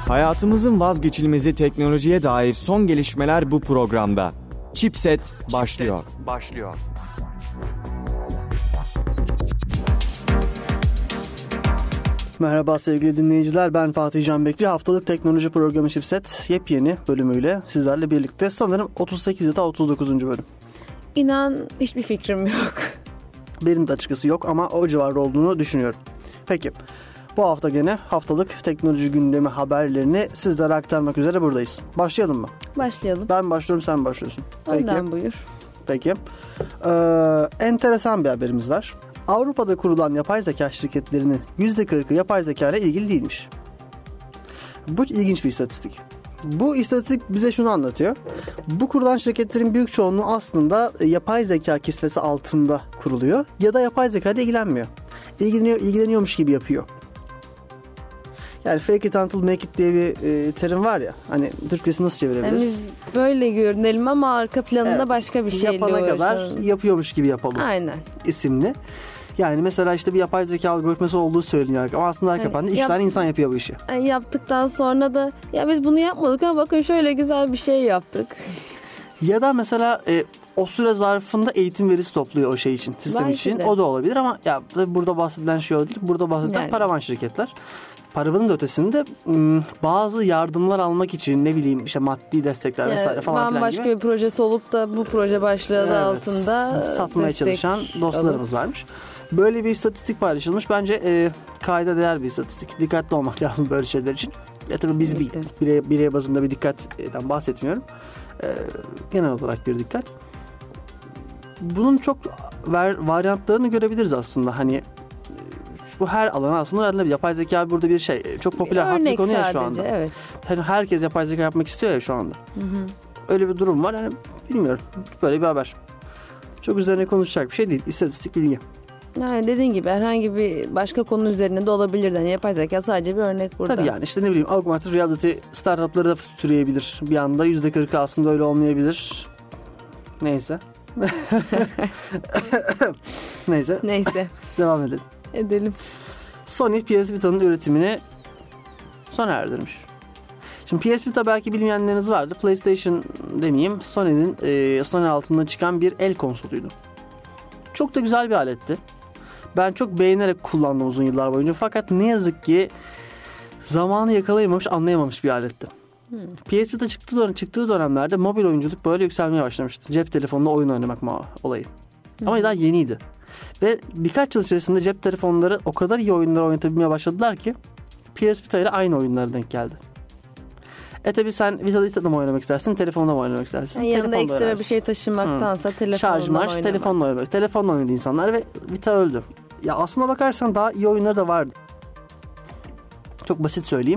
Hayatımızın vazgeçilmezi teknolojiye dair son gelişmeler bu programda. Chipset başlıyor. Merhaba sevgili dinleyiciler, ben Fatih Can Bekli. Haftalık teknoloji programı Chipset yepyeni bölümüyle sizlerle birlikte. Sanırım 38 ya da 39. bölüm. İnan hiçbir fikrim yok. Benim de açıkçası yok ama o civarda olduğunu düşünüyorum. Peki, bu hafta gene haftalık teknoloji gündemi haberlerini sizlere aktarmak üzere buradayız. Başlayalım mı? Başlayalım. Ben başlıyorum, sen başlıyorsun. Önden buyur. Peki. Enteresan bir haberimiz var. Avrupa'da kurulan yapay zeka şirketlerinin %40'ı yapay zeka ile ilgili değilmiş. Bu ilginç bir istatistik. Bu istatistik bize şunu anlatıyor. Bu kurulan şirketlerin büyük çoğunluğu aslında yapay zeka kisvesi altında kuruluyor ya da yapay zeka ile ilgilenmiyor. İlgileniyormuş gibi yapıyor. Yani fake it until make it diye bir terim var ya. Hani Türkçesi nasıl çevirebiliriz? Yani biz böyle görünelim ama arka planında evet, başka bir şeyle yapana kadar yapıyormuş gibi yapalım. Aynen. İsimli. Yani mesela işte bir yapay zeka algoritması olduğu söyleniyor ama aslında arka planda 3 tane insan yapıyor bu işi. Yani yaptıktan sonra da ya biz bunu yapmadık ama bakın şöyle güzel bir şey yaptık. Ya da mesela o süre zarfında eğitim verisi topluyor o şey için, sistem belki için. de. O da olabilir ama ya burada bahsedilen şey o değil. Burada bahsedilen yani paravan şirketler. Paravanın da ötesinde bazı yardımlar almak için ne bileyim işte maddi destekler vesaire falan filan gibi. Başka bir projesi olup da bu proje başlığı adı altında satmaya çalışan dostlarımız varmış. Böyle bir istatistik paylaşılmış. Bence kayda değer bir istatistik. Dikkatli olmak lazım böyle şeyler için. Tabii biz değil. Birey bazında bir dikkatten bahsetmiyorum. Genel olarak bir dikkat. Bunun çok varyantlarını görebiliriz aslında. Hani bu her alana aslında öğrenilebilir. Yapay zeka burada bir şey. Çok popüler hat bir konu ya şu anda. Evet. Yani herkes yapay zeka yapmak istiyor ya şu anda. Hı. Öyle bir durum var. Yani bilmiyorum. Böyle bir haber. Çok üzerine konuşacak bir şey değil. İstatistik bilgi. Yani dediğin gibi herhangi bir başka konu üzerine de olabilir. Yani yapay zeka sadece bir örnek burada. Tabii yani işte ne bileyim augmented reality startupları da türeyebilir. Bir anda %40'ı aslında öyle olmayabilir. Neyse. Neyse. Devam edelim. Sony PS Vita'nın üretimini sona erdirmiş. Şimdi PS Vita belki bilmeyenleriniz vardı. PlayStation demeyeyim. Sony altında çıkan bir el konsoluydu. Çok da güzel bir aletti. Ben çok beğenerek kullandım uzun yıllar boyunca. Fakat ne yazık ki zamanı yakalayamamış, anlayamamış bir aletti. PS Vita çıktığı dönemlerde mobil oyunculuk böyle yükselmeye başlamıştı. Cep telefonunda oyun oynamak olayı. Ama daha yeniydi. Ve birkaç yıl içerisinde cep telefonları o kadar iyi oyunlar oynatabilmeye başladılar ki PS Vita ile aynı oyunlara denk geldi. Tabi sen Vita'da mı oynamak istersin, telefonda mı oynamak istersin? Yani yanında ekstra bir şey taşımaktansa telefonla oynamak. Telefonla oynamak. Telefonla oynadı insanlar ve Vita öldü. Ya aslına bakarsan daha iyi oyunları da vardı. Çok basit söyleyeyim.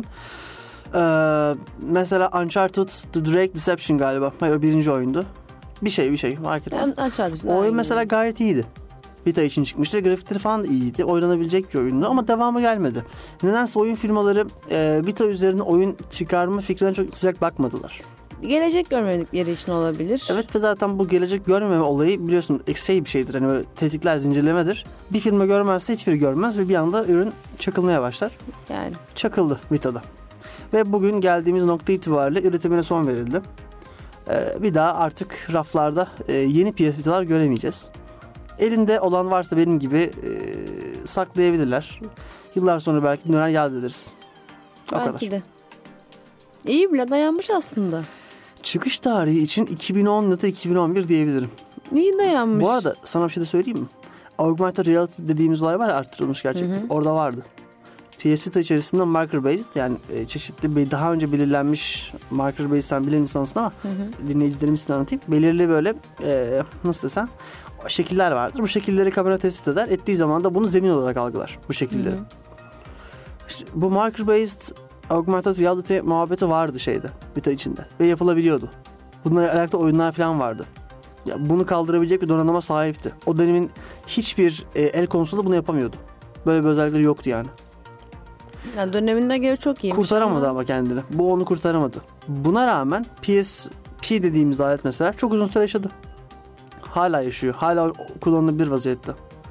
Mesela Uncharted The Drake Deception galiba. Hayır, o birinci oyundu. Bir şey fark etmez. O oyun mesela gayet iyiydi. Vita için çıkmıştı. Grafikleri falan da iyiydi. Oynanabilecek bir oyundu ama devamı gelmedi. Nedense oyun firmaları Vita üzerine oyun çıkarma fikrine çok sıcak bakmadılar. Gelecek görmedikleri için olabilir. Evet ve zaten bu gelecek görmeme olayı biliyorsun bir şeydir. Hani böyle tetikler zincirlemedir. Bir firma görmezse hiçbiri görmez ve bir anda ürün çakılmaya başlar. Yani. Çakıldı Vita'da. Ve bugün geldiğimiz nokta itibariyle üretimine son verildi. Bir daha artık raflarda yeni PS Vita'lar göremeyeceğiz. Elinde olan varsa benim gibi saklayabilirler. Yıllar sonra belki döner yad ederiz. Belki kadar. De. İyi bile dayanmış aslında. Çıkış tarihi için 2010 ya da 2011 diyebilirim. İyi dayanmış. Bu arada sana bir şey de söyleyeyim mi? Augmented reality dediğimiz olay var ya, arttırılmış gerçekten. Orada vardı. PS Vita içerisinde marker based, yani çeşitli daha önce belirlenmiş marker based, sen bilen insansın ama dinleyicilerimiz için anlatayım. Belirli böyle nasıl desem şekiller vardır. Bu şekilleri kamera tespit eder. Ettiği zaman da bunu zemin olarak algılar. Bu şekilleri. İşte bu marker based augmented reality muhabbeti vardı Vita içinde. Ve yapılabiliyordu. Bununla alakalı oyunlar falan vardı. Ya bunu kaldırabilecek bir donanıma sahipti. O dönemin hiçbir el konsolu bunu yapamıyordu. Böyle bir özellikleri yoktu yani. Yani dönemine göre çok iyiymiş. Kurtaramadı ama kendini. Bu onu kurtaramadı. Buna rağmen PSP dediğimiz alet mesela çok uzun süre yaşadı. Hala yaşıyor. Hala kullanılabilir vaziyette.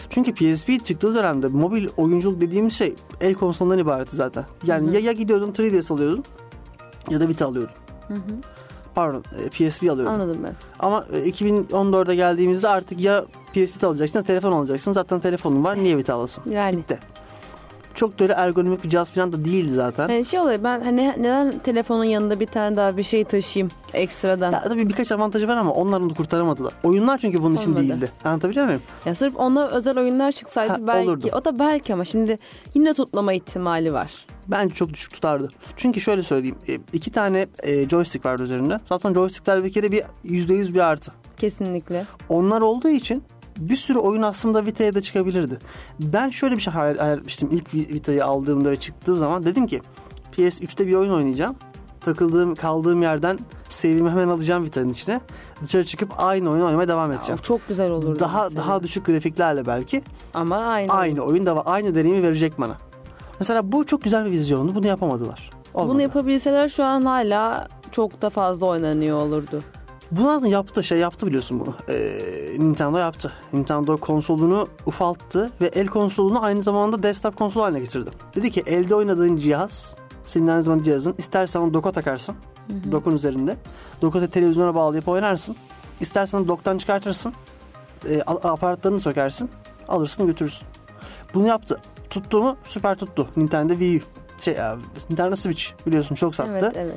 Çünkü PSP çıktığı dönemde mobil oyunculuk dediğimiz şey el konsolundan ibaretti zaten. Yani ya gidiyordun 3DS alıyordun ya da Vita alıyordun. Pardon, PSP alıyordun. Anladım ben. Ama 2014'e geldiğimizde artık ya PS Vita alacaksın ya telefon alacaksın. Zaten telefonun var, niye Vita alasın? Yani. Bitti. Çok da öyle ergonomik bir cihaz falan da değildi zaten. Yani şey oluyor, ben hani neden telefonun yanında bir tane daha bir şey taşıyayım ekstradan? Ya tabii birkaç avantajı var ama onları onu kurtaramadılar. Oyunlar çünkü bunun için değildi. Anlatabiliyor muyum? Ya sırf ona özel oyunlar çıksaydı belki olurdu. O da belki, ama şimdi yine tutmama ihtimali var. Bence çok düşük tutardı. Çünkü şöyle söyleyeyim. 2 tane joystick vardı üzerinde. Zaten joystickler bir kere bir %100 bir artı. Kesinlikle. Onlar olduğu için bir sürü oyun aslında Vita'ya da çıkabilirdi. Ben şöyle bir şey hayal etmiştim. İlk Vita'yı aldığımda ve çıktığı zaman dedim ki PS3'te bir oyun oynayacağım. Kaldığım yerden save'imi hemen alacağım Vita'nın içine. Dışarı çıkıp aynı oyunu oynamaya devam edeceğim. Ya, çok güzel olurdu. Daha düşük grafiklerle belki. Ama aynı oyun da aynı deneyimi verecek bana. Mesela bu çok güzel bir vizyondu. Bunu yapamadılar. Olmadı. Bunu yapabilseler şu an hala çok da fazla oynanıyor olurdu. Bunu aslında yaptı biliyorsun bunu. Nintendo yaptı. Nintendo konsolunu ufalttı ve el konsolunu aynı zamanda desktop konsol haline getirdi. Dedi ki elde oynadığın cihaz, senin aynı zamanda cihazın, istersen onu doka takarsın. Dokun üzerinde. Doku televizyona bağlayıp oynarsın. İstersen doktan çıkartırsın. Aparatlarını sökersin. Alırsın götürürsün. Bunu yaptı. Tuttu mu? Süper tuttu. Nintendo Wii U. Nintendo Switch biliyorsun çok sattı. Evet.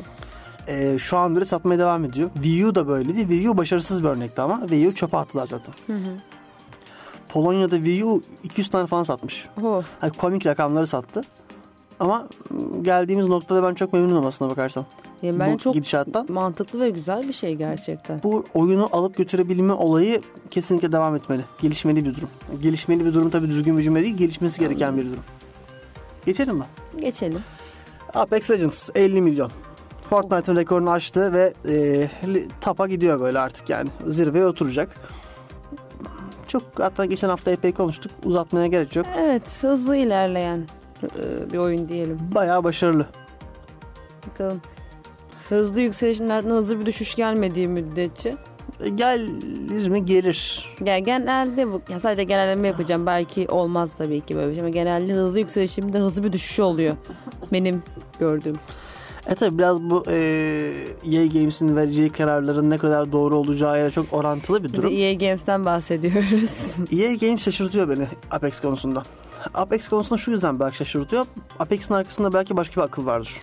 Şu an böyle satmaya devam ediyor. Wii U da böyleydi. Wii U başarısız bir örnekti ama Wii U çöpe attılar zaten. Polonya'da Wii U 200 tane falan satmış. Yani komik rakamları sattı. Ama geldiğimiz noktada ben çok memnunum aslına bakarsan. Ben çok gidişattan. Mantıklı ve güzel bir şey gerçekten. Bu oyunu alıp götürebilme olayı kesinlikle devam etmeli. Gelişmeli bir durum. Gelişmeli bir durum tabii, düzgün bir cümle değil. Gelişmesi gereken bir durum. Geçelim mi? Geçelim. Apex Legends 50 milyon. Fortnite'ın rekorunu aştı ve tapa gidiyor böyle artık yani. Zirveye oturacak. Hatta geçen hafta epey konuştuk. Uzatmaya gerek yok. Evet, hızlı ilerleyen bir oyun diyelim. Bayağı başarılı. Bakalım. Hızlı yükselişlerden hızlı bir düşüş gelmediği müddetçe. Gelir mi? Gelir. Genelde bu, sadece genelleme yapacağım. Belki olmaz tabii ki böyle bir şey ama genelde hızlı yükselişimde hızlı bir düşüş oluyor. Benim gördüğüm. Tabii biraz bu EA Games'in vereceği kararların ne kadar doğru olacağıyla çok orantılı bir durum. EA Games'ten bahsediyoruz. EA Games şaşırtıyor beni Apex konusunda. Apex konusunda şu yüzden belki şaşırtıyor. Apex'in arkasında belki başka bir akıl vardır.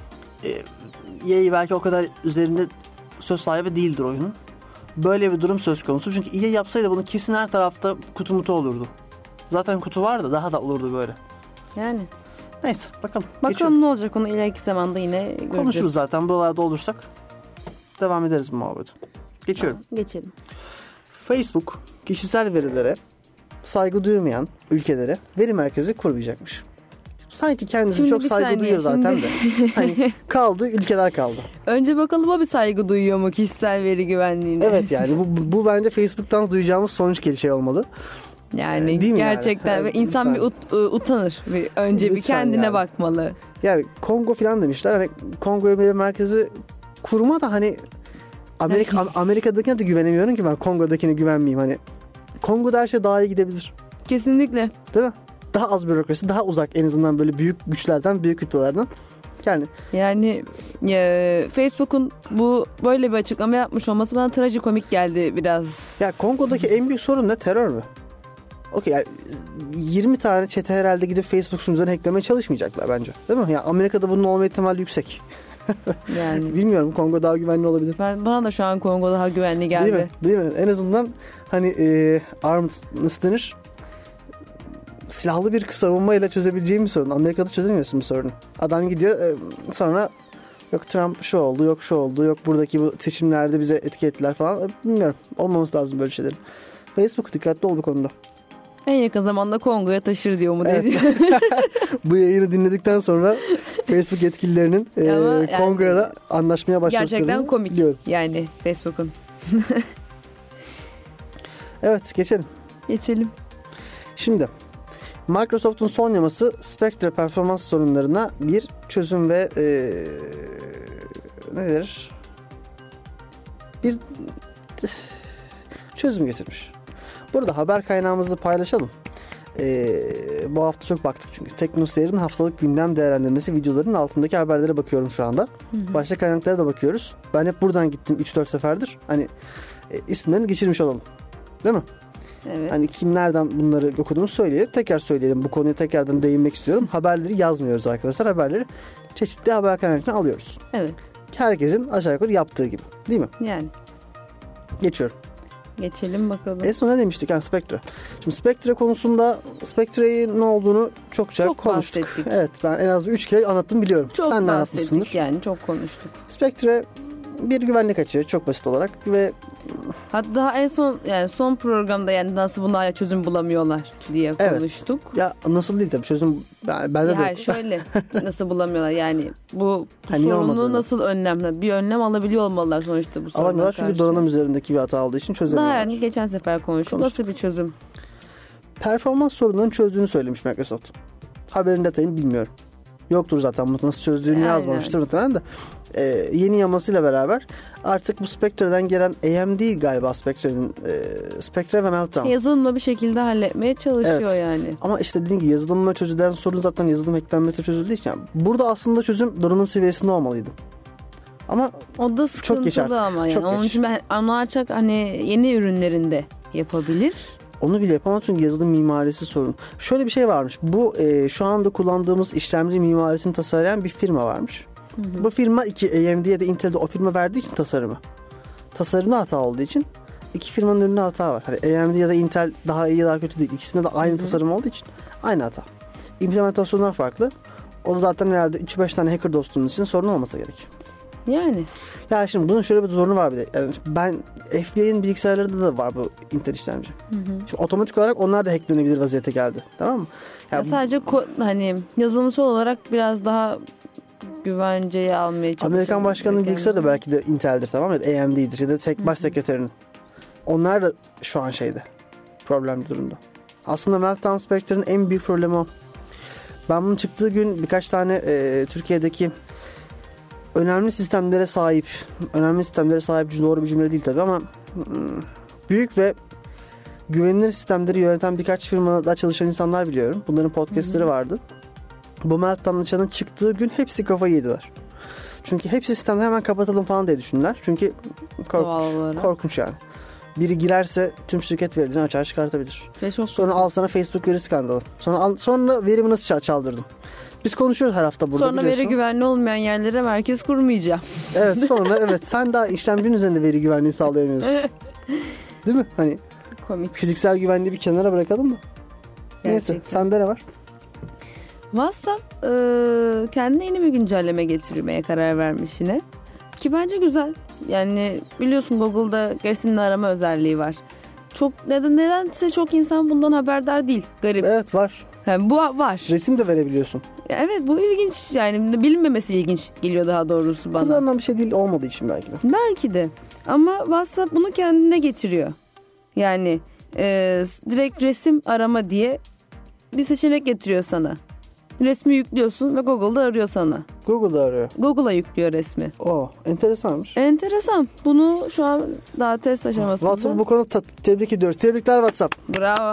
EA belki o kadar üzerinde söz sahibi değildir oyunun. Böyle bir durum söz konusu. Çünkü EA yapsaydı bunu kesin her tarafta kutu mutu olurdu. Zaten kutu vardı, daha da olurdu böyle. Yani. Neyse bakalım. Bakalım ne olacak, onu ileriki zamanda yine göreceğiz. Konuşuruz zaten, buralarda olursak. Devam ederiz bu muhabbete. Geçiyorum. Geçelim. Facebook kişisel verilere saygı duymayan ülkelere veri merkezi kurmayacakmış. Sanki kendisi şimdi çok saygı duyuyor zaten de. Hani kaldı, ülkeler kaldı. Önce bakalım o bir saygı duyuyor mu kişisel veri güvenliğine? Evet yani bu bence Facebook'tan duyacağımız sonuç şey olmalı. Yani gerçekten yani, insan lütfen. Bir utanır. Önce lütfen bir kendine yani. Bakmalı. Yani Kongo falan demişler. Hani Kongo'ya bir merkezi kurma da hani Amerika'dakine de güvenemiyorum ki ben Kongo'dakine güvenmeyeyim. Hani Kongo'da her şey daha iyi gidebilir. Kesinlikle. Değil mi? Daha az bürokrasi, daha uzak en azından böyle büyük güçlerden, büyük kütlelerden. Yani Facebook'un bu böyle bir açıklama yapmış olması bana trajikomik geldi biraz. Ya Kongo'daki en büyük sorun ne? Terör mü? Okey yani 20 tane çete herhalde gidip Facebook sunucularını hacklemeye çalışmayacaklar bence. Değil mi? Ya Amerika'da bunun olma ihtimali yüksek. Yani bilmiyorum, Kongo daha güvenli olabilir. Bana da şu an Kongo daha güvenli geldi. Değil mi? En azından hani armed nasıl denir? Silahlı bir savunmayla çözebileceğim bir sorun. Amerika'da çözemiyorsun bu sorunu. Adam gidiyor sonra yok Trump şu oldu, yok şu oldu, yok buradaki bu seçimlerde bize etki ettiler falan. Bilmiyorum. Olmaması lazım böyle şeylerin. Facebook dikkatli ol bu konuda. En yakın zamanda Kongo'ya taşır diyor mu dedi. Evet. Bu yayını dinledikten sonra Facebook yetkililerinin Kongo'ya da anlaşmaya başladıklarını gerçekten komik diyorum. Yani Facebook'un. Evet, geçelim. Şimdi Microsoft'un son yaması Spectre performans sorunlarına bir çözüm ve bir çözüm getirmiş. Burada haber kaynağımızı paylaşalım. Bu hafta çok baktık çünkü. TeknoSeyir'in haftalık gündem değerlendirmesi videolarının altındaki haberlere bakıyorum şu anda. Başka kaynaklara da bakıyoruz. Ben hep buradan gittim 3-4 seferdir. Hani isimlerini geçirmiş olalım. Değil mi? Evet. Hani kimlerden bunları okuduğumu söyleyelim. Tekrar söyleyelim. Bu konuya tekrardan değinmek istiyorum. Haberleri yazmıyoruz arkadaşlar. Haberleri çeşitli haber kaynaklarından alıyoruz. Evet. Herkesin aşağı yukarı yaptığı gibi. Değil mi? Yani. Geçiyorum. Geçelim bakalım. En son ne demiştik? Yani Spectre. Şimdi Spectre konusunda Spectre'nin ne olduğunu çokça konuştuk. Bahsettik. Evet, ben en az 3 kere anlattım biliyorum. Çok Sen de bahsettik anlatmışsındır. yani çok konuştuk. Spectre bir güvenlik açığı çok basit olarak ve hatta en son yani son programda yani nasıl buna çözüm bulamıyorlar diye konuştuk. Evet. Ya nasıl değil tabii çözüm bende ya de. Şöyle nasıl bulamıyorlar yani bu hani sorunu nasıl bir önlem alabiliyor olmalılar sonuçta bu soruna alamıyorlar karşı. çünkü donanım üzerindeki bir hata olduğu için çözemiyorlar. Daha yani geçen sefer konuştuk. Nasıl bir çözüm? Performans sorunlarını çözdüğünü söylemiş Microsoft. Haberin detayını bilmiyorum. Yoktur zaten bunu nasıl çözdüğünü yazmamıştır muhtemelen de. Yeni yamasıyla beraber artık bu Spectre'den gelen AMD galiba Spectre ve Meltdown. Yazılımla bir şekilde halletmeye çalışıyor yani. Ama işte dediğim gibi yazılımla çözülen sorun zaten yazılım eklenmesi çözüldüğü için. Yani burada aslında çözüm donanım seviyesinde olmalıydı. Ama o da sıkıntılı ama yani. Onun için ben anlarsak hani yeni ürünlerinde yapabilir. Onu bile yapamaz çünkü yazılım mimarisi sorun. Şöyle bir şey varmış. Bu şu anda kullandığımız işlemci mimarisini tasarlayan bir firma varmış. Hı. Bu firma AMD'ye de Intel'de o firma verdiği için tasarımda hata olduğu için iki firmanın önünde hata var. Hani AMD ya da Intel daha iyi daha kötü değil. İkisinde de aynı tasarım olduğu için aynı hata. İmplementasyonlar farklı. O da zaten herhalde 3-5 tane hacker dostumuz için sorun olmasa gerek. Yani. Ya şimdi bunun şöyle bir sorunu var bir de. Yani ben FBI'nin bilgisayarlarında da var bu Intel işlemci. Şimdi otomatik olarak onlar da hacklenebilir vaziyete geldi. Tamam mı? Ya sadece hani yazılımsal olarak biraz daha güvenceye almaya çalışıyor. Amerikan başkanının bilgisayarı da belki de Intel'dir, tamam mı? AMD'dir ya da baş sekreterinin. Onlar da şu an problemli durumda. Aslında Meltdown Spectre'ın en büyük problemi o. Ben bunun çıktığı gün birkaç tane Türkiye'deki önemli sistemlere sahip doğru bir cümle değil tabii ama büyük ve güvenilir sistemleri yöneten birkaç firmada çalışan insanlar biliyorum. Bunların podcastleri vardı. Bu Meltdown açığının çıktığı gün hepsi kafayı yediler. Çünkü hep sistemde hemen kapatalım falan diye düşündüler. Çünkü korkunç yani. Biri girerse tüm şirket verilerini açığa çıkartabilir. Sonra al sana Facebook veri skandalı. Sonra verimi nasıl çaldırdım. Biz konuşuyoruz her hafta burada. Sonra veri güvenli olmayan yerlere merkez kurmayacağım. Evet sonra sen daha işlemcinin üzerinde veri güvenliği sağlayamıyorsun. Değil mi? Hani komik. Fiziksel güvenliği bir kenara bırakalım da. Gerçekten. Neyse sende ne var? WhatsApp kendine yeni bir güncelleme getirmeye karar vermiş yine. Ki bence güzel. Yani biliyorsun Google'da resimle arama özelliği var. Nedense çok insan bundan haberdar değil. Garip. Evet var. Yani bu var. Resim de verebiliyorsun. Evet bu ilginç. Yani bilinmemesi ilginç geliyor daha doğrusu bana. Kullanılan bir şey değil olmadığı için belki de. Belki de. Ama WhatsApp bunu kendine getiriyor. Yani direkt resim arama diye bir seçenek getiriyor sana. Resmi yüklüyorsun ve Google'da arıyor sana. Google'da arıyor. Google'a yüklüyor resmi. Enteresanmış. Enteresan. Bunu şu an daha test aşamasında. WhatsApp bu konuda tebrik ediyoruz. Tebrikler WhatsApp. Bravo.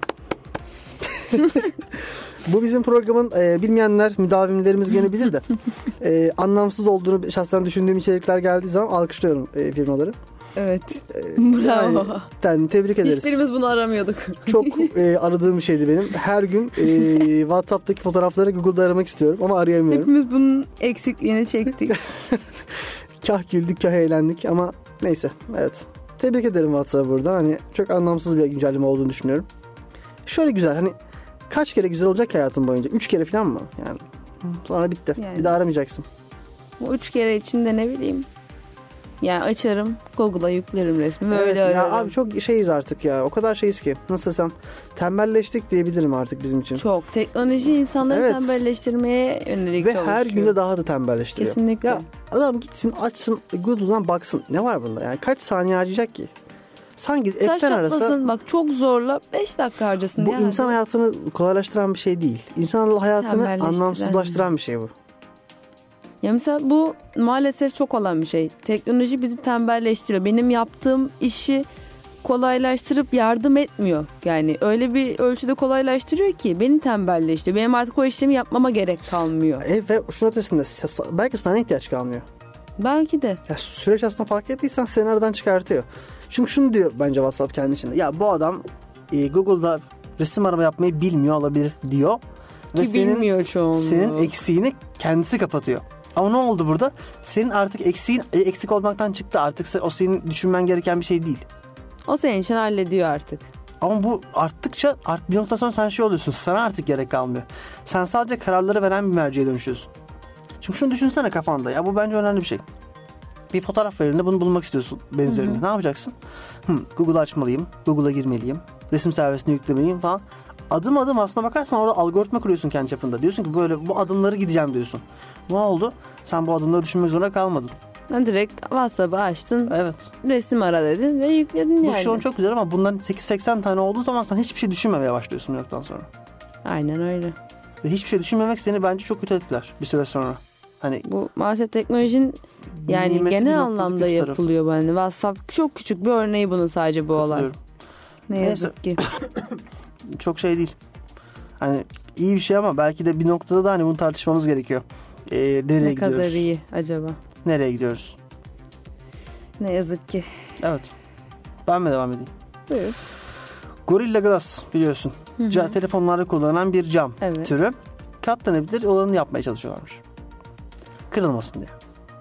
Bu bizim programın bilmeyenler, müdavimlerimiz gene bilir de anlamsız olduğunu şahsen düşündüğüm içerikler geldiği zaman alkışlıyorum firmaları. Evet. Bravo. Yani tebrik ederiz. Hiçbirimiz bunu aramıyorduk. Çok aradığım bir şeydi benim. Her gün WhatsApp'taki fotoğrafları Google'da aramak istiyorum ama arayamıyorum. Hepimiz bunun eksikliğini çektik. Kah güldük, kah eğlendik ama neyse. Evet. Tebrik ederim WhatsApp'a buradan. Hani çok anlamsız bir güncelleme olduğunu düşünüyorum. Şöyle güzel hani kaç kere güzel olacak hayatın boyunca? 3 kere falan mı? Yani sonra bitti. Yani. Bir daha aramayacaksın. Bu 3 kere içinde ne bileyim. Yani açarım, Google'a yüklerim resmi. Evet öyle ya ararım. abi çok şeyiz artık ya. O kadar şeyiz ki. Nasıl desem tembelleştik diyebilirim artık bizim için. Çok. Teknoloji insanları tembelleştirmeye yönelik ve çalışıyor. Her günde daha da tembelleştiriyor. Kesinlikle. Ya adam gitsin açsın Google'dan baksın. Ne var bunda? Yani kaç saniye harcayacak ki? Sanki etten arasa. Bak çok zorla 5 dakika harcasın. Bu insan hayatını kolaylaştıran bir şey değil. İnsan hayatını anlamsızlaştıran bir şey bu. Ya mesela bu maalesef çok olan bir şey. Teknoloji bizi tembelleştiriyor. Benim yaptığım işi kolaylaştırıp yardım etmiyor. Yani öyle bir ölçüde kolaylaştırıyor ki beni tembelleştiriyor. Benim artık o işlemi yapmama gerek kalmıyor. Ve şunun ötesinde belki sana ihtiyaç kalmıyor. Belki de. Ya süreç aslında fark ettiysen seni aradan çıkartıyor. Çünkü şunu diyor bence WhatsApp kendi içinde. Ya bu adam Google'da resim arama yapmayı bilmiyor olabilir diyor. Ki ve bilmiyor çoğunluğu. Senin eksiğini kendisi kapatıyor. Ama ne oldu burada? Senin artık eksiğin eksik olmaktan çıktı. Artık o senin düşünmen gereken bir şey değil. O senin için hallediyor artık. Ama bu arttıkça bir nokta sonra sen şey oluyorsun. Sana artık gerek kalmıyor. Sen sadece kararları veren bir merceğe dönüşüyorsun. Çünkü şunu düşünsene kafanda. Ya bu bence önemli bir şey. Bir fotoğraf verinde bunu bulmak istiyorsun benzerini. Hı-hı. Ne yapacaksın? Google'ı açmalıyım. Google'a girmeliyim. Resim servisini yüklemeliyim falan. Adım adım aslına bakarsan orada algoritma kuruyorsun kendi çapında. Diyorsun ki böyle bu adımları gideceğim diyorsun. Ne oldu? Sen bu adımları düşünmek zorunda kalmadın. Direkt WhatsApp'ı açtın. Evet. Resim ara dedin ve yükledin yani. Bu şu an çok güzel ama bundan 8-80 tane olduğu zaman sen hiçbir şey düşünmemeye başlıyorsun bir noktadan sonra. Aynen öyle. Ve hiçbir şey düşünmemek seni bence çok kötü etkiler bir süre sonra. Hani bu maalesef teknolojinin yani genel anlamda yapılıyor bence. WhatsApp çok küçük bir örneği bunun sadece bu olay. Ne yazık ki. Çok şey değil. Hani iyi bir şey ama belki de bir noktada da hani bunu tartışmamız gerekiyor. Nereye gidiyoruz? Ne kadar iyi acaba? Nereye gidiyoruz? Ne yazık ki. Evet. Ben mi devam edeyim? Buyur. Gorilla Glass biliyorsun. Telefonlarda kullanılan bir cam türü. Katlanabilir olanını yapmaya çalışıyorlarmış. Kırılmasın diye.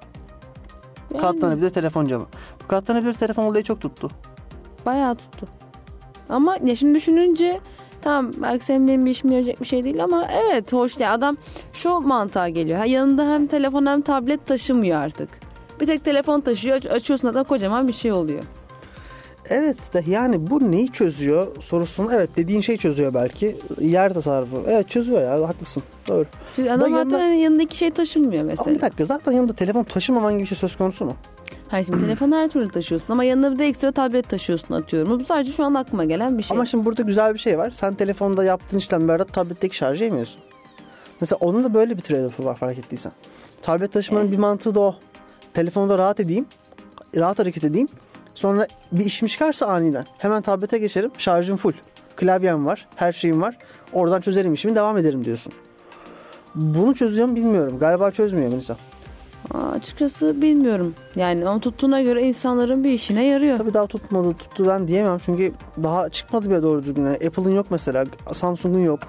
Yani. Katlanabilir telefon camı. Bu katlanabilir telefon olayı çok tuttu. Bayağı tuttu. Ama ya şimdi düşününce tamam belki senin benim bir işime yarayacak bir şey değil ama evet hoş değil. Adam şu mantığa geliyor. Yanında hem telefon hem tablet taşımıyor artık. Bir tek telefon taşıyor. Açıyorsun da kocaman bir şey oluyor. Evet de yani bu neyi çözüyor sorusunu evet dediğin şey çözüyor belki. Yer tasarrufu. Evet çözüyor ya haklısın. Doğru. Çünkü adam zaten yanındaki şey taşınmıyor mesela. Ama bir dakika zaten yanında telefon taşımaman gibi bir şey söz konusu mu? Hayır şimdi telefonu her türlü taşıyorsun ama yanında bir de ekstra tablet taşıyorsun atıyorum. Bu sadece şu an aklıma gelen bir şey. Ama şimdi burada güzel bir şey var. Sen telefonda yaptığın işlemlerde tabletteki şarjı yemiyorsun. Mesela onun da böyle bir trade-off'u var fark ettiysen. Tablet taşımanın bir mantığı da o. Telefonda rahat edeyim. Rahat hareket edeyim. Sonra bir işim çıkarsa aniden. Hemen tablete geçerim. Şarjım full. Klavyem var. Her şeyim var. Oradan çözerim işimi devam ederim diyorsun. Bunu çözüyor mu bilmiyorum. Galiba çözmüyor Melisa. Açıkçası bilmiyorum. Yani onu tuttuğuna göre insanların bir işine yarıyor. Tabii daha tuttu ben diyemem. Çünkü daha çıkmadı bile doğru düzgün. Yani Apple'ın yok mesela. Samsung'un yok.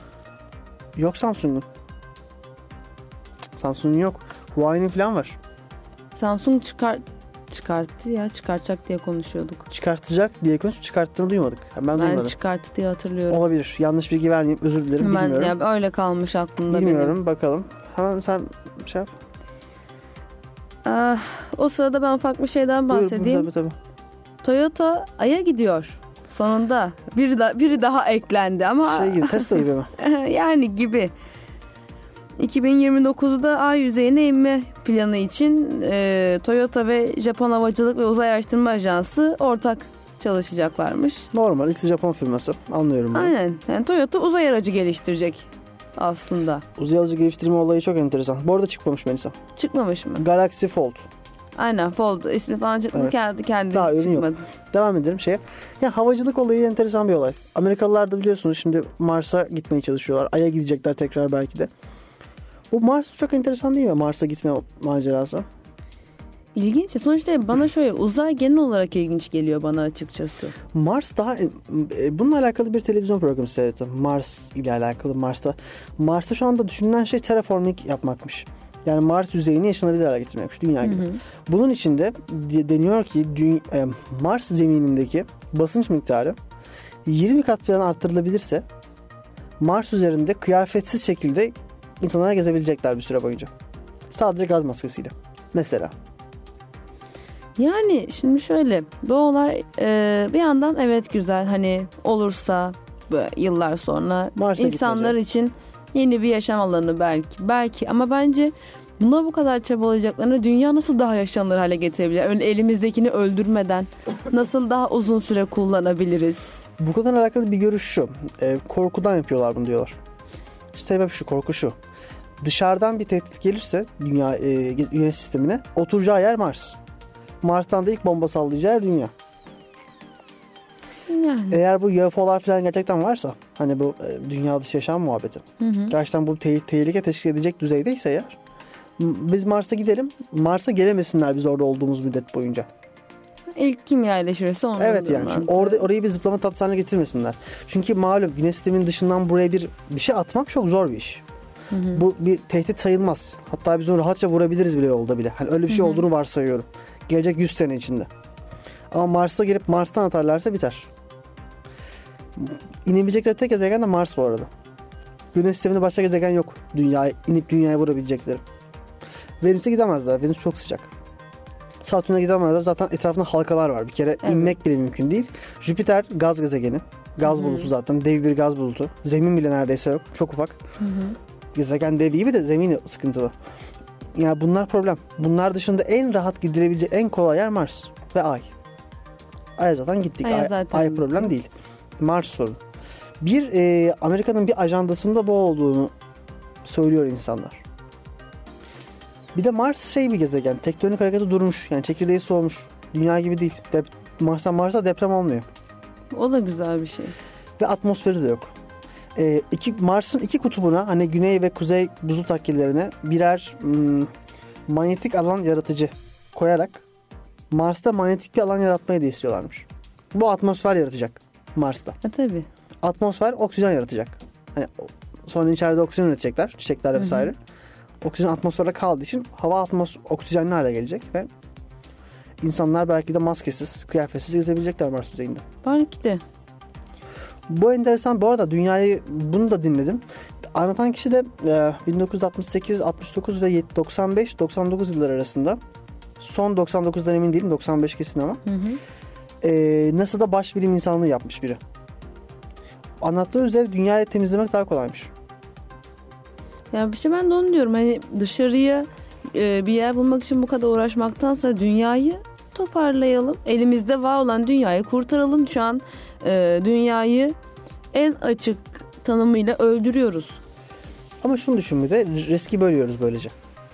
Yok Samsung'un. Samsung'un yok. Huawei'nin falan var. Samsung çıkarttı ya. Çıkartacak diye konuşuyorduk. Çıkartacak diye konuşup çıkarttığını duymadık. Ben duymadım. Çıkarttı diye hatırlıyorum. Olabilir. Yanlış bilgi vermeyeyim. Özür dilerim. Bilmiyorum. Ya öyle kalmış aklımda bilmiyorum. Benim. Bakalım. Hemen sen şey yap. O sırada ben ufak bir şeyden bahsedeyim. Buyur, tabii. Toyota Ay'a gidiyor. Sonunda biri daha eklendi ama Tesla gibi mi? yani gibi. 2029'da Ay yüzeyine inme planı için Toyota ve Japon Havacılık ve Uzay Araştırma Ajansı ortak çalışacaklarmış. Normal. İkisi Japon firması. Anlıyorum bunu. Aynen. Yani Toyota uzay aracı geliştirecek aslında. Uzay aracı geliştirme olayı çok enteresan. Bu arada çıkmamış Melisa. Çıkmamış mı? Galaxy Fold. Aynen Fold ismi falan çıkmadı. Evet. Kendi daha çıkmadı. Yok. Devam edelim şeye. Ya havacılık olayı enteresan bir olay. Amerikalılar da biliyorsunuz şimdi Mars'a gitmeye çalışıyorlar. Ay'a gidecekler tekrar belki de. Bu Mars çok enteresan değil mi? Mars'a gitme macerası. İlginç. Sonuçta bana şöyle uzay genel olarak ilginç geliyor bana açıkçası. Mars daha bununla alakalı bir televizyon programı seyrettim. Mars ile alakalı Mars'ta şu anda düşünülen şey terraforming yapmakmış. Yani Mars yüzeyini yaşanabilir hale getirmekmiş dünya gibi. Bunun için de deniyor ki Mars zeminindeki basınç miktarı 20 kat falan arttırılabilirse Mars üzerinde kıyafetsiz şekilde insanlar gezebilecekler bir süre boyunca. Sadece gaz maskesiyle. Mesela. Yani şimdi şöyle bu olay bir yandan evet güzel hani olursa böyle yıllar sonra Mars'a insanlar için yeni bir yaşam alanı belki ama bence buna bu kadar çabalayacaklarını dünya nasıl daha yaşanılır hale getirebilir? Elimizdekini öldürmeden nasıl daha uzun süre kullanabiliriz? Bu kadar alakalı bir görüş şu. Korkudan yapıyorlar bunu diyorlar. Sebep şu, korku şu. Dışarıdan bir tehdit gelirse dünya güneş sistemine oturacağı yer Mars. Mars'tan da ilk bomba sallayacağı yer dünya. Yani. Eğer bu UFO'lar falan gerçekten varsa, hani bu dünya dışı yaşam muhabbeti, gerçekten bu tehlike teşkil edecek düzeydeyse eğer, biz Mars'a gidelim. Mars'a gelemesinler biz orada olduğumuz müddet boyunca. İlk kim yerleşirse onu. Evet yani. Çünkü orayı bir zıplama tatlısı haline getirmesinler. Çünkü malum Güneş sisteminin dışından buraya bir şey atmak çok zor bir iş. Bu bir tehdit sayılmaz. Hatta biz onu rahatça vurabiliriz bile yolda bile. Hani öyle bir şey olduğunu varsayıyorum. Gelecek 100 sene içinde. Ama Mars'a gelip Mars'tan atarlarsa biter. İnebilecekleri tek gezegen de Mars bu arada. Güneş sisteminde başka gezegen yok. İnip dünyaya vurabilecekleri. Venüs'e gidemezler. Venüs çok sıcak. Satürn'e gidemezler. Zaten etrafında halkalar var. Bir kere inmek bile mümkün değil. Jüpiter gaz gezegeni. Gaz bulutu zaten. Dev bir gaz bulutu. Zemin bile neredeyse yok. Çok ufak. Gezegen dev gibi de zemini sıkıntılı. Yani bunlar problem. Bunlar dışında en rahat gidilebilecek en kolay yer Mars ve Ay. Ay'a zaten gittik. Ay problem değil. Mars sorun. Amerika'nın bir ajandasında bu olduğunu söylüyor insanlar. Bir de Mars bir gezegen. Tektonik hareketi durmuş. Yani çekirdeği soğumuş. Dünya gibi değil. Mars'ta deprem olmuyor. O da güzel bir şey. Ve atmosferi de yok. Mars'ın iki kutubuna, hani güney ve kuzey buzul takkelerine birer manyetik alan yaratıcı koyarak Mars'ta manyetik bir alan yaratmayı da istiyorlarmış. Bu atmosfer yaratacak Mars'ta. Tabii. Atmosfer oksijen yaratacak. Hani sonra içeride oksijen üretecekler. Çiçekler vesaire. Oksijen atmosferde kaldığı için hava oksijenli hale gelecek ve insanlar belki de maskesiz, kıyafetsiz gezebilecekler Mars yüzeyinde. Belki de. Bu enteresan. Bu arada bunu da dinledim. Anlatan kişi de 1968, 69 ve 95, 99 yıllar arasında, son 99'dan emin değilim, 95 kesin ama NASA'da baş bilim insanlığı yapmış biri. Anlattığı üzere dünyayı temizlemek daha kolaymış. Yani ben de onu diyorum. Hani dışarıya bir yer bulmak için bu kadar uğraşmaktansa dünyayı toparlayalım. Elimizde var olan dünyayı kurtaralım. Şu an dünyayı en açık tanımıyla öldürüyoruz. Ama şunu düşün, bir de riski bölüyoruz böylece.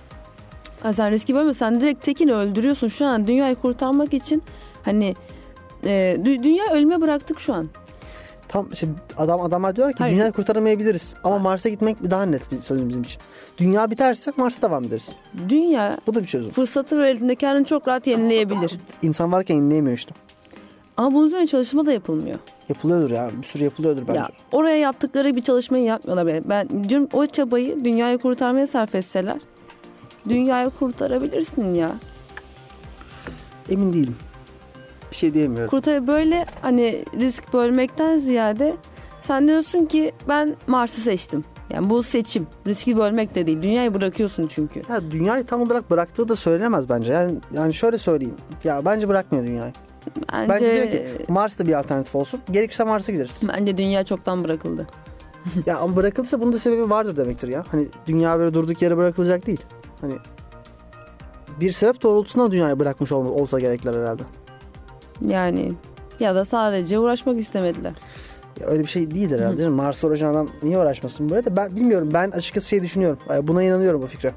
Sen riski bölmüyorsun. Sen direkt tekini öldürüyorsun. Şu an dünyayı kurtarmak için hani dünya ölüme bıraktık şu an. Tam adamlar diyorlar ki dünyayı kurtaramayabiliriz. Ama Mars'a gitmek daha net bir sorun bizim için. Dünya biterse Mars'a devam ederiz. Dünya bu da bir çözüm. Fırsatı verildiğinde kendini çok rahat yenileyebilir. İnsan varken yenileyemiyor işte. Ama bunun üzerine çalışma da yapılmıyor. Yapılıyordur ya. Bir sürü yapılıyordur bence. Ya, oraya yaptıkları bir çalışmayı yapmıyorlar bile. Ben diyorum o çabayı dünyayı kurtarmaya sarf etseler dünyayı kurtarabilirsin ya. Emin değilim. Bir şey diyemiyorum. Böyle hani risk bölmekten ziyade sen diyorsun ki ben Mars'ı seçtim. Yani bu seçim. Riski bölmek de değil. Dünyayı bırakıyorsun çünkü. Ya dünyayı tam olarak bıraktığı da söylenemez bence. Yani şöyle söyleyeyim. Ya bence bırakmıyor dünyayı. Bence diyor ki Mars da bir alternatif olsun. Gerekirse Mars'a gideriz. Bence dünya çoktan bırakıldı. Ya ama bırakılırsa bunun da sebebi vardır demektir ya. Hani dünya böyle durduk yere bırakılacak değil. Hani bir sebep doğrultusunda dünyayı bırakmış olsa gerekler herhalde. Yani ya da sadece uğraşmak istemediler. Ya öyle bir şey değildir herhalde. Mars'a uğraşan adam niye uğraşmasın böyle de ben bilmiyorum. Ben açıkçası düşünüyorum. Buna inanıyorum bu fikre.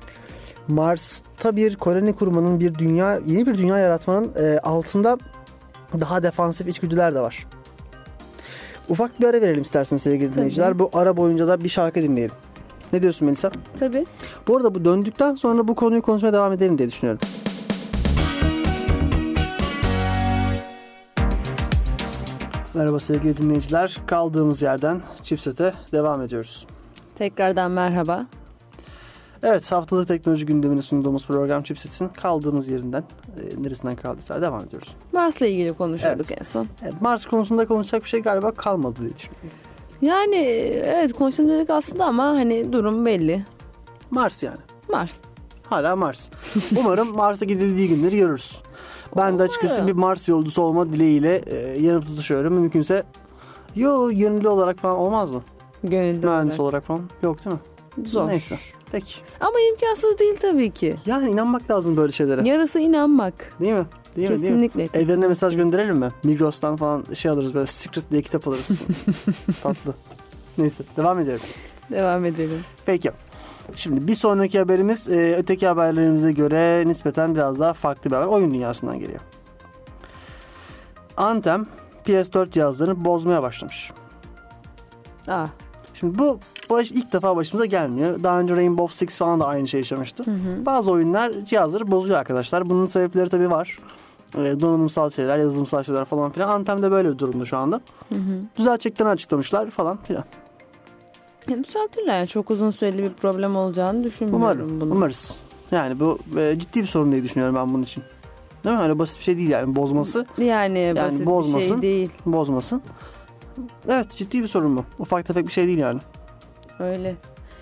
Mars'ta bir koloni kurmanın, yeni bir dünya yaratmanın altında daha defansif içgüdüler de var. Ufak bir ara verelim isterseniz sevgili dinleyiciler. Bu ara boyunca da bir şarkı dinleyelim. Ne diyorsun Melisa? Tabii. Bu arada bu döndükten sonra bu konuyu konuşmaya devam edelim diye düşünüyorum. Merhaba sevgili dinleyiciler. Kaldığımız yerden Chipset'e devam ediyoruz. Tekrardan merhaba. Evet, haftalık teknoloji gündemini sunduğumuz program Chipset'in kaldığımız yerinden, neresinden kaldıysa devam ediyoruz. Mars'la ilgili konuşuyorduk en son. Evet, Mars konusunda konuşacak bir şey galiba kalmadı diye düşünüyorum. Yani evet konuşalım dedik aslında ama hani durum belli. Mars yani. Mars. Hala Mars. Umarım Mars'a gidildiği günleri görürüz. Ben de açıkçası bir Mars yolcusu olma dileğiyle yanıp tutuşuyorum. Mümkünse gönüllü olarak falan olmaz mı? Gönüllü mühendis olarak falan. Yok değil mi? Zor. Neyse. Peki. Ama imkansız değil tabii ki. Yani inanmak lazım böyle şeylere. Yarısı inanmak. Değil mi? Kesinlikle. Evlerine mesaj gönderelim mi? Migros'tan falan alırız. Böyle Secret diye kitap alırız. Tatlı. Neyse. Devam edelim. Devam edelim. Peki. Şimdi bir sonraki haberimiz öteki haberlerimize göre nispeten biraz daha farklı bir haber. Oyun dünyasından geliyor. Anthem PS4 cihazlarını bozmaya başlamış. Şimdi bu ilk defa başımıza gelmiyor. Daha önce Rainbow Six falan da aynı şey yaşamıştı. Bazı oyunlar cihazları bozuyor arkadaşlar. Bunun sebepleri tabii var. Donanımsal şeyler, yazılımsal şeyler falan filan. Anthem de böyle bir durumda şu anda. Düzelteceklerini açıklamışlar falan filan. Düzeltirler yani. Çok uzun süreli bir problem olacağını düşünmüyorum. Umarız. Yani bu ciddi bir sorun diye düşünüyorum ben bunun için. Değil mi? Öyle basit bir şey değil yani bozması. Yani basit bir şey değil. Bozmasın. Evet, ciddi bir sorun bu. Ufak tefek bir şey değil yani. Öyle.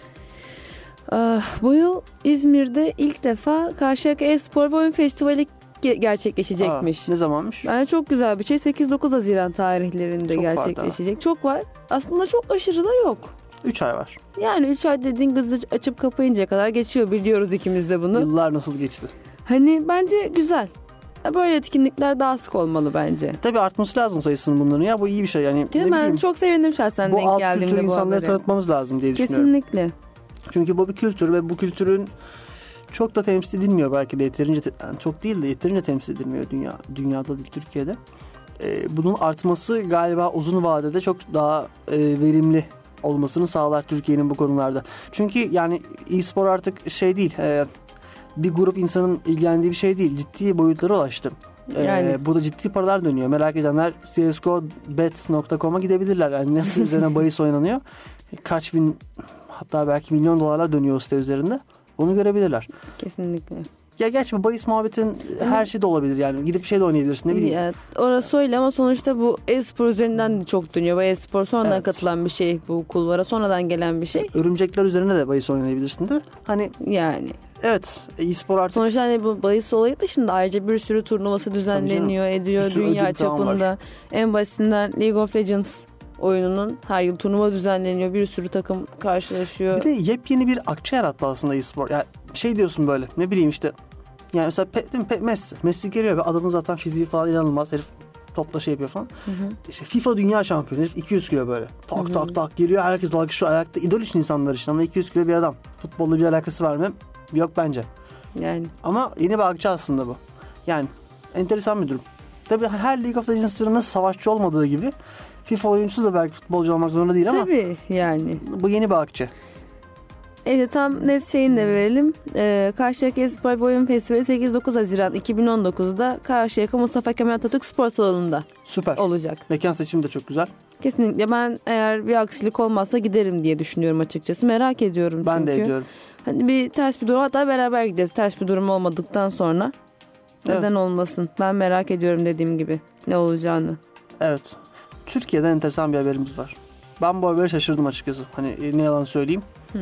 Bu yıl İzmir'de ilk defa Karşıyaka E-Spor ve Oyun Festivali gerçekleşecekmiş. Ne zamanmış? Yani çok güzel bir şey. 8-9 Haziran tarihlerinde çok gerçekleşecek. Çok var. Aslında çok aşırı da yok. 3 ay var. Yani 3 ay dediğin gözü açıp kapayıncaya kadar geçiyor. Biliyoruz ikimiz de bunu. Yıllar nasıl geçti? Hani bence güzel. Böyle etkinlikler daha sık olmalı bence. Tabii artması lazım sayısının bunların ya. Bu iyi bir şey. Yani ben çok sevindim şahsen denk geldiğimde bu haberi. Bu alt kültürü insanlara tanıtmamız lazım diye düşünüyorum. Kesinlikle. Çünkü bu bir kültür ve bu kültürün çok da temsil edilmiyor belki de yeterince çok değil de yeterince temsil edilmiyor dünyada değil Türkiye'de. Bunun artması galiba uzun vadede çok daha verimli olmasını sağlar Türkiye'nin bu konularda. Çünkü yani e-spor artık şey değil. Bir grup insanın ilgilendiği bir şey değil. Ciddi boyutlara ulaştı. Yani. Burada ciddi paralar dönüyor. Merak edenler csgobet.com'a gidebilirler. Yani nasıl üzerine bahis oynanıyor. Kaç bin hatta belki milyon dolarlar dönüyor o site üzerinde. Onu görebilirler. Kesinlikle. Ya gerçi bu bahis muhabbetin her şey de olabilir yani. Gidip şey de oynayabilirsin ne bileyim. Ya, orası öyle ama sonuçta bu e-spor üzerinden de çok dönüyor. Bu e-spor sonradan katılan bir şey. Bu kulvara sonradan gelen bir şey. Örümcekler üzerine de bahis oynayabilirsin de. Hani yani. Evet. E-spor artık. Sonuçta hani bu bahis olayı dışında ayrıca bir sürü turnuvası düzenleniyor, ediyor dünya çapında. En basitinden League of Legends oyununun her yıl turnuva düzenleniyor. Bir sürü takım karşılaşıyor. Bir de yepyeni bir akçe yarattı aslında e-spor. Yani şey diyorsun böyle ne bileyim işte. Yani mesela Messi geliyor ve adamın zaten fiziği falan inanılmaz. Herif topla şey yapıyor falan. İşte FIFA dünya şampiyonu. Herif 200 kilo böyle. Tak geliyor. Herkes alkışlıyor ayakta. İdol için insanlar için ama 200 kilo bir adam. Futbolla bir alakası var mı? Yok bence. Yani. Ama yeni bir akçe aslında bu. Yani enteresan bir durum. Tabii her League of Legends'ın nasıl savaşçı olmadığı gibi FIFA oyuncusu da belki futbolcu olmak zorunda değil ama. Tabii yani. Bu yeni bir akçe. Evet tam net şeyini de verelim. Karşıyaka E-Spor ve Oyun Festivali 8-9 Haziran 2019'da Karşıyaka Mustafa Kemal Atatürk Spor Salonu'nda olacak. Mekan seçimi de çok güzel. Kesinlikle ben eğer bir aksilik olmazsa giderim diye düşünüyorum açıkçası. Merak ediyorum çünkü. Ben de ediyorum. Hani bir ters bir durum hatta beraber gideriz. Ters bir durum olmadıktan sonra neden olmasın? Ben merak ediyorum dediğim gibi ne olacağını. Evet. Türkiye'den enteresan bir haberimiz var. Ben bu haberi şaşırdım açıkçası. Hani ne yalan söyleyeyim.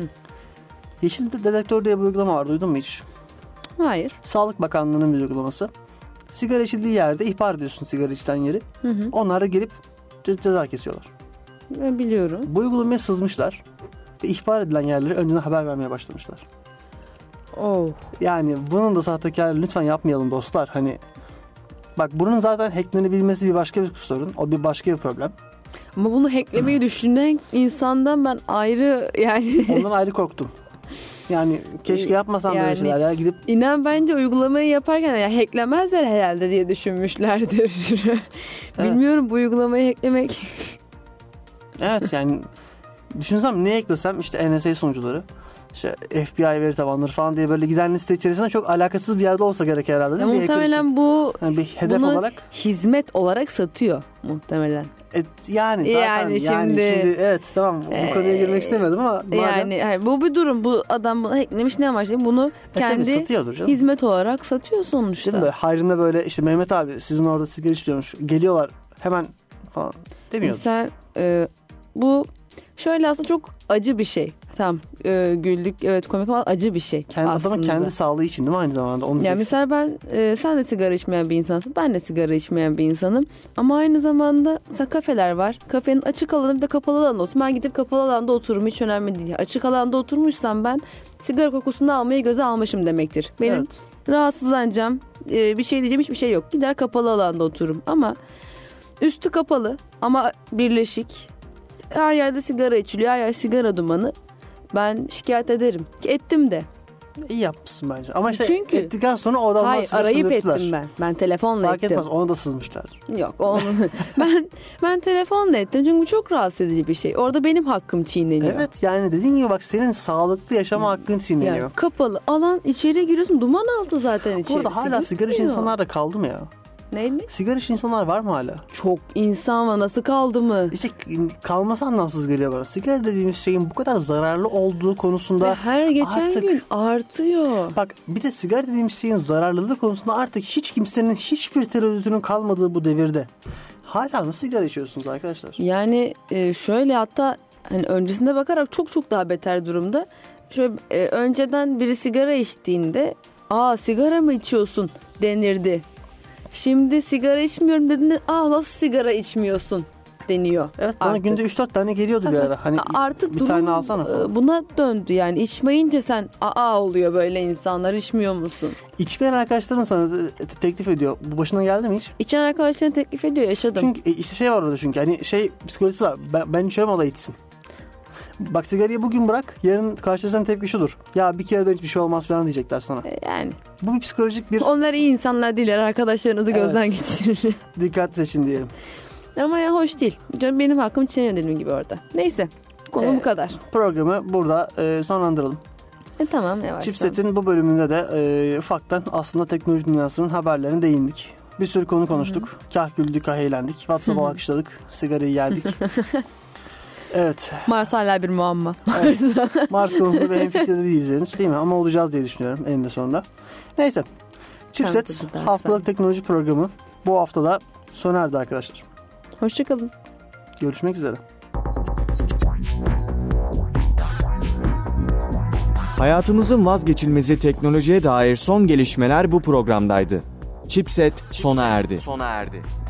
Yeşil Dedektör diye bir uygulama var. Duydun mu hiç? Hayır. Sağlık Bakanlığı'nın bir uygulaması. Sigara içildiği yerde ihbar ediyorsun sigara içilen yeri. Onlar da gelip ceza kesiyorlar. Ben biliyorum. Bu uygulamaya sızmışlar. Ve ihbar edilen yerlere önceden haber vermeye başlamışlar. Yani bunun da sahtekarlığı lütfen yapmayalım dostlar. Hani bak bunun zaten hacklenebilmesi bir başka bir sorun. O bir başka bir problem. Ama bunu hacklemeyi düşünen insandan ben ayrı yani. Ondan ayrı korktum. Yani keşke yapmasam böyle şeyler ya gidip. İnan bence uygulamayı yaparken ya hacklemezler herhalde diye düşünmüşlerdir. Bilmiyorum bu uygulamayı hacklemek. Evet yani düşünsem ne eklesem işte NSA sonuçları. İşte FBI veri tabanları falan diye böyle giden liste içerisinde çok alakasız bir yerde olsa gerek herhalde değil mi? Muhtemelen bu yani bir hedef olarak hizmet olarak satıyor muhtemelen. Yani zaten şimdi evet tamam bu konuya girmek istemedim ama yani bu bir durum bu adam bunu hacklemiş ne amaçlı bunu kendi hizmet olarak satıyor sonuçta. Değil mi? Hayrında böyle işte Mehmet abi sizin orada sigara içiyormuş geliyorlar hemen falan demiyoruz. Sen bu şöyle aslında çok acı bir şey. Tamam güldük evet komik ama acı bir şey aslında. Adamın kendi sağlığı için değil mi aynı zamanda? Onu yani mesela ben sen de sigara içmeyen bir insansın. Ben de sigara içmeyen bir insanım. Ama aynı zamanda mesela kafeler var. Kafenin açık alanı bir de kapalı alanı olsun. Ben gidip kapalı alanda otururum hiç önemli değil. Açık alanda oturmuşsam ben sigara kokusunu almayı göze almışım demektir. Benim rahatsızlanacağım bir şey diyeceğim hiçbir şey yok. Gider kapalı alanda otururum ama üstü kapalı ama birleşik. Her yerde sigara içiliyor. Her yer sigara dumanı. Ben şikayet ederim. Ettim de. İyi yapmışsın bence. Ama işte çünkü, ettikten sonra o adamlar hayır, arayıp ettim ben. Ben telefonla fark ettim. Fark etmez, onu da sızmışlar. Yok onu ben telefonla ettim çünkü bu çok rahatsız edici bir şey. Orada benim hakkım çiğneniyor. Evet, yani dediğin gibi bak, senin sağlıklı yaşama hakkın çiğneniyor. Yani kapalı alan, içeri giriyorsun, duman altı zaten içerisi. Burada hala sigara içen insanlar da kaldı mı ya? Neydi mi? Sigara içen insanlar var mı hala? Çok insan var, nasıl kaldı mı? İşte kalması anlamsız geliyor bana. Sigara dediğimiz şeyin bu kadar zararlı olduğu konusunda ve her geçen artık, gün artıyor. Bak bir de sigara dediğimiz şeyin zararlılığı konusunda artık hiç kimsenin hiçbir tereddütünün kalmadığı bu devirde hala nasıl sigara içiyorsunuz arkadaşlar? Yani şöyle, hatta hani öncesinde bakarak çok çok daha beter durumda. Şöyle önceden biri sigara içtiğinde sigara mı içiyorsun denirdi. Şimdi sigara içmiyorum dediğinde nasıl sigara içmiyorsun deniyor. Evet, bana artık günde 3-4 tane geliyordu bir ara. Hani artık bir tane alsana. Buna döndü yani. İçmeyince sen oluyor böyle insanlar, içmiyor musun? İçmeyen arkadaşların sana teklif ediyor. Bu başına geldi mi hiç? İçen arkadaşların teklif ediyor, yaşadım. Çünkü işte şey var orada, çünkü hani psikolojisi var. Ben içiyorum, o da içsin. Bak sigarayı bugün bırak, yarın karşılaşan tepki şudur. Ya bir kere de hiçbir şey olmaz falan diyecekler sana. Yani. Bu bir psikolojik bir... Onlar iyi insanlar değiller, arkadaşlarınızı gözden geçirin. Dikkat seçin diyelim. Ama ya hoş değil. Benim hakkım çiğneniyor dediğim gibi orada. Neyse, konu bu kadar. Programı burada sonlandıralım. Tamam, yavaştan. Chipset'in bu bölümünde de ufaktan aslında teknoloji dünyasının haberlerine değindik. Bir sürü konu konuştuk. Hı-hı. Kah güldük, kah eğlendik. WhatsApp'a alkışladık. Sigarayı yerdik. Evet. Mars hala bir muamma. Evet. Mars konusunda bir hemfikirde değiliz henüz, değil mi? Ama olacağız diye düşünüyorum eninde sonunda. Neyse. Chipset haftalık teknoloji programı bu haftada sona erdi arkadaşlar. Hoşçakalın. Görüşmek üzere. Hayatımızın vazgeçilmezi teknolojiye dair son gelişmeler bu programdaydı. Chipset sona erdi.